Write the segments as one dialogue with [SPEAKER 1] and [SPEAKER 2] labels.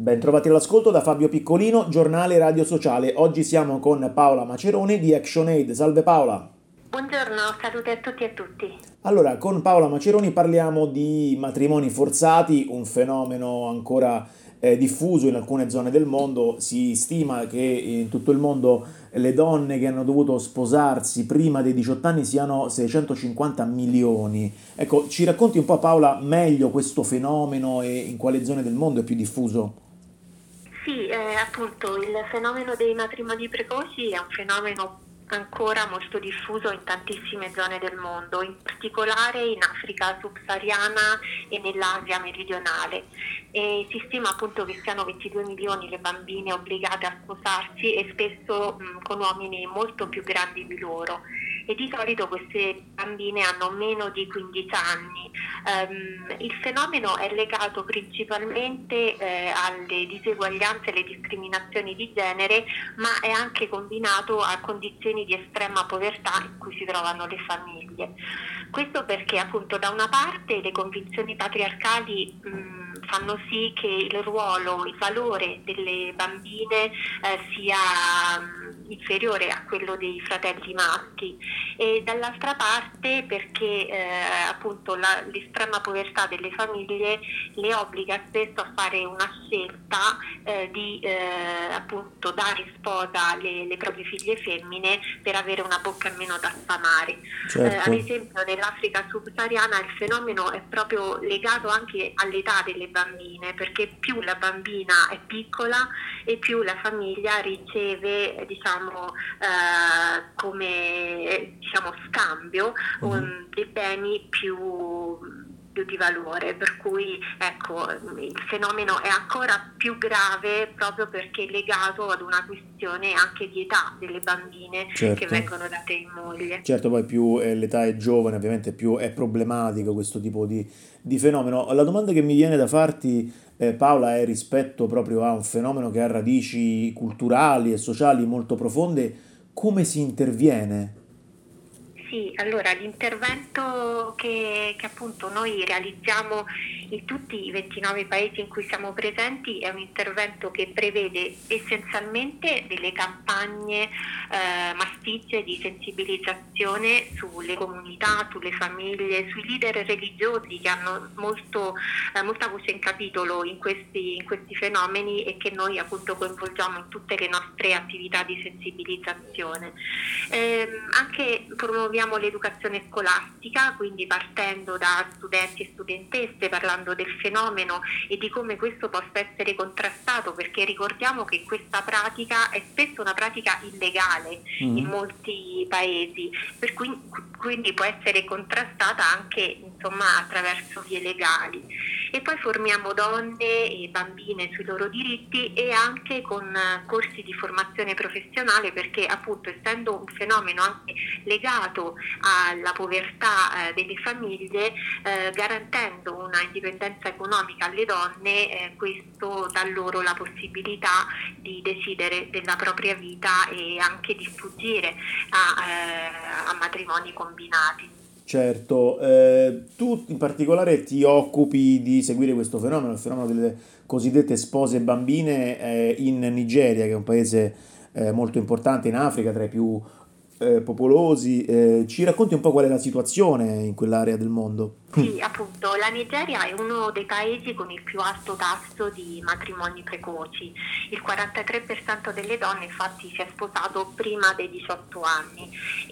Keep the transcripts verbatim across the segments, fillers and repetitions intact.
[SPEAKER 1] Bentrovati all'ascolto da Fabio Piccolino, giornale Radio Sociale. Oggi siamo con Paola Maceroni di ActionAid. Salve Paola.
[SPEAKER 2] Buongiorno, salute a tutti e a tutti.
[SPEAKER 1] Allora, con Paola Maceroni parliamo di matrimoni forzati, un fenomeno ancora eh, diffuso in alcune zone del mondo. Si stima che in tutto il mondo le donne che hanno dovuto sposarsi prima dei diciotto anni siano seicentocinquanta milioni. Ecco, ci racconti un po', Paola, meglio questo fenomeno e in quale zone del mondo è più diffuso?
[SPEAKER 2] Sì, eh, appunto il fenomeno dei matrimoni precoci è un fenomeno ancora molto diffuso in tantissime zone del mondo, in particolare in Africa subsahariana e nell'Asia meridionale. E si stima appunto che siano ventidue milioni le bambine obbligate a sposarsi e spesso mh, con uomini molto più grandi di loro. E di solito queste bambine hanno meno di quindici anni. Um, il fenomeno è legato principalmente eh, alle diseguaglianze e alle discriminazioni di genere, ma è anche combinato a condizioni di estrema povertà in cui si trovano le famiglie. Questo perché appunto da una parte le convinzioni patriarcali mh, fanno sì che il ruolo, il valore delle bambine eh, sia mh, inferiore a quello dei fratelli maschi, e dall'altra parte perché eh, appunto la, l'estrema povertà delle famiglie le obbliga spesso a fare una scelta eh, di eh, appunto dare in sposa le, le proprie figlie femmine per avere una bocca in meno da sfamare.
[SPEAKER 1] Certo.
[SPEAKER 2] Eh, ad esempio nell'Africa subsahariana il fenomeno è proprio legato anche all'età delle bambine, perché più la bambina è piccola e più la famiglia riceve diciamo eh, come diciamo scambio
[SPEAKER 1] Mhm.
[SPEAKER 2] um, dei beni più più di valore, per cui ecco il fenomeno è ancora più grave proprio perché è legato ad una questione anche di età delle bambine
[SPEAKER 1] Certo.
[SPEAKER 2] che vengono date in moglie.
[SPEAKER 1] Certo, poi più eh, l'età è giovane, ovviamente più è problematico questo tipo di, di fenomeno. La domanda che mi viene da farti, eh, Paola, è rispetto proprio a un fenomeno che ha radici culturali e sociali molto profonde. Come si interviene?
[SPEAKER 2] Sì, allora l'intervento che, che appunto noi realizziamo in tutti i ventinove paesi in cui siamo presenti è un intervento che prevede essenzialmente delle campagne eh, massicce di sensibilizzazione sulle comunità, sulle famiglie, sui leader religiosi che hanno molto, eh, molta voce in capitolo in questi, in questi fenomeni e che noi appunto coinvolgiamo in tutte le nostre attività di sensibilizzazione. Eh, anche promuoviamo l'educazione scolastica, quindi partendo da studenti e studentesse, parlando del fenomeno e di come questo possa essere contrastato, perché ricordiamo che questa pratica è spesso una pratica illegale
[SPEAKER 1] Mhm.
[SPEAKER 2] in molti paesi, per cui quindi può essere contrastata anche insomma attraverso vie legali. E poi formiamo donne e bambine sui loro diritti e anche con corsi di formazione professionale, perché appunto essendo un fenomeno anche legato alla povertà eh, delle famiglie, eh, garantendo una indipendenza economica alle donne, eh, questo dà loro la possibilità di decidere della propria vita e anche di sfuggire a, eh, a matrimoni combinati.
[SPEAKER 1] Certo, eh, tu in particolare ti occupi di seguire questo fenomeno, il fenomeno delle cosiddette spose bambine eh, in Nigeria, che è un paese eh, molto importante in Africa, tra i più eh, popolosi. Eh, ci racconti un po' qual è la situazione in quell'area del mondo?
[SPEAKER 2] Sì, appunto, la Nigeria è uno dei paesi con il più alto tasso di matrimoni precoci. Il quarantatré per cento delle donne infatti si è sposato prima dei diciotto anni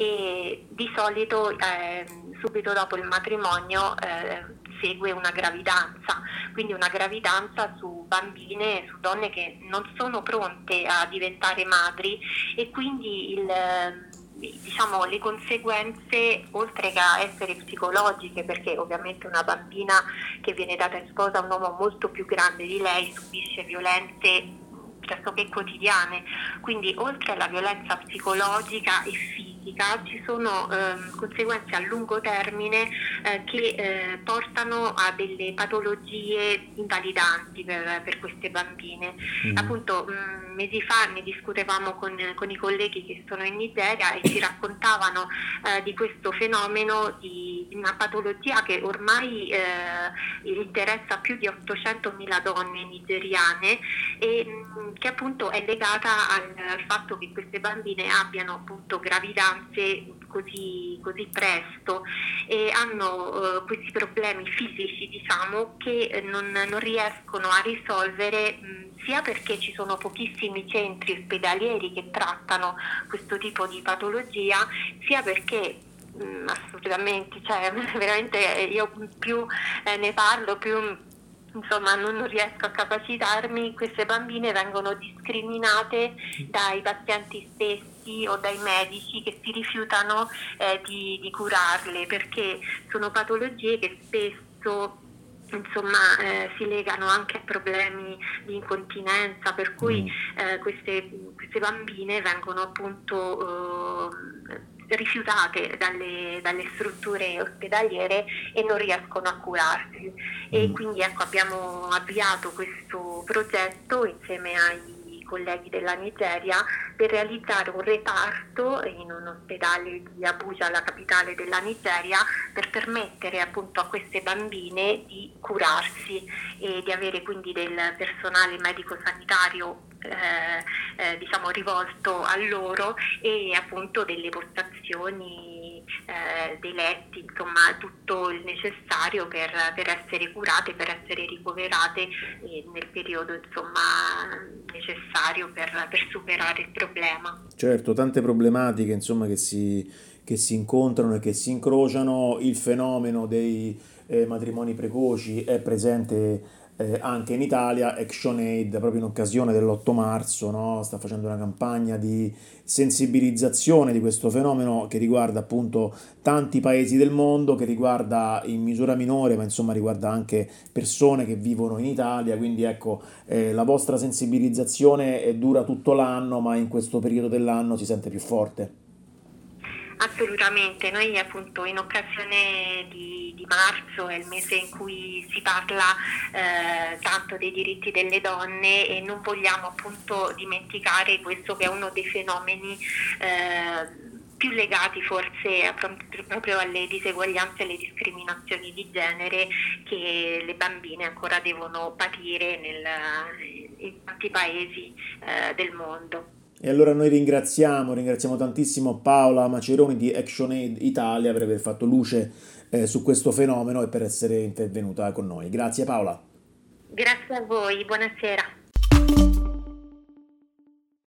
[SPEAKER 2] e di solito eh, subito dopo il matrimonio eh, segue una gravidanza, quindi una gravidanza su bambine, su donne che non sono pronte a diventare madri, e quindi il diciamo le conseguenze, oltre che a essere psicologiche, perché ovviamente una bambina che viene data in sposa a un uomo molto più grande di lei subisce violenze pressoché quotidiane, quindi oltre alla violenza psicologica e fisica bambistica ci sono eh, conseguenze a lungo termine eh, che eh, portano a delle patologie invalidanti per, per queste bambine. Mm. Appunto mh, mesi fa ne discutevamo con, con i colleghi che sono in Nigeria e ci raccontavano eh, di questo fenomeno di una patologia che ormai eh, interessa più di ottocentomila donne nigeriane e mh, che appunto è legata al, al fatto che queste bambine abbiano appunto gravidanze così, così presto e hanno eh, questi problemi fisici, diciamo, che non, non riescono a risolvere mh, sia perché ci sono pochissimi centri ospedalieri che trattano questo tipo di patologia, sia perché mh, assolutamente, cioè veramente io più eh, ne parlo, più insomma non, non riesco a capacitarmi, queste bambine vengono discriminate dai pazienti stessi o dai medici che si rifiutano eh, di, di curarle, perché sono patologie che spesso insomma eh, si legano anche a problemi di incontinenza, per cui eh, queste, queste bambine vengono appunto eh, rifiutate dalle, dalle strutture ospedaliere e non riescono a curarsi. E quindi ecco, abbiamo avviato questo progetto insieme ai colleghi della Nigeria per realizzare un reparto in un ospedale di Abuja, la capitale della Nigeria, per permettere appunto a queste bambine di curarsi e di avere quindi del personale medico-sanitario eh, eh, diciamo rivolto a loro e appunto delle postazioni, eh, dei letti, insomma tutto il necessario per, per essere curate, per essere ricoverate eh, nel periodo insomma necessario per, per superare il problema.
[SPEAKER 1] Certo, tante problematiche insomma che si, che si incontrano e che si incrociano. Il fenomeno dei eh, matrimoni precoci è presente eh, anche in Italia. ActionAid, proprio in occasione dell'otto marzo, no? Sta facendo una campagna di sensibilizzazione di questo fenomeno che riguarda appunto tanti paesi del mondo, che riguarda in misura minore, ma insomma riguarda anche persone che vivono in Italia. Quindi ecco, eh, la vostra sensibilizzazione eh, dura tutto l'anno, ma in questo periodo dell'anno si sente più forte.
[SPEAKER 2] Assolutamente, noi appunto in occasione di, di marzo è il mese in cui si parla eh, tanto dei diritti delle donne e non vogliamo appunto dimenticare questo che è uno dei fenomeni eh, più legati forse a, proprio alle diseguaglianze e alle discriminazioni di genere che le bambine ancora devono patire nel, in tanti paesi eh, del mondo.
[SPEAKER 1] E allora noi ringraziamo, ringraziamo tantissimo Paola Maceroni di ActionAid Italia per aver fatto luce eh, su questo fenomeno e per essere intervenuta con noi. Grazie Paola.
[SPEAKER 2] Grazie a voi, buonasera.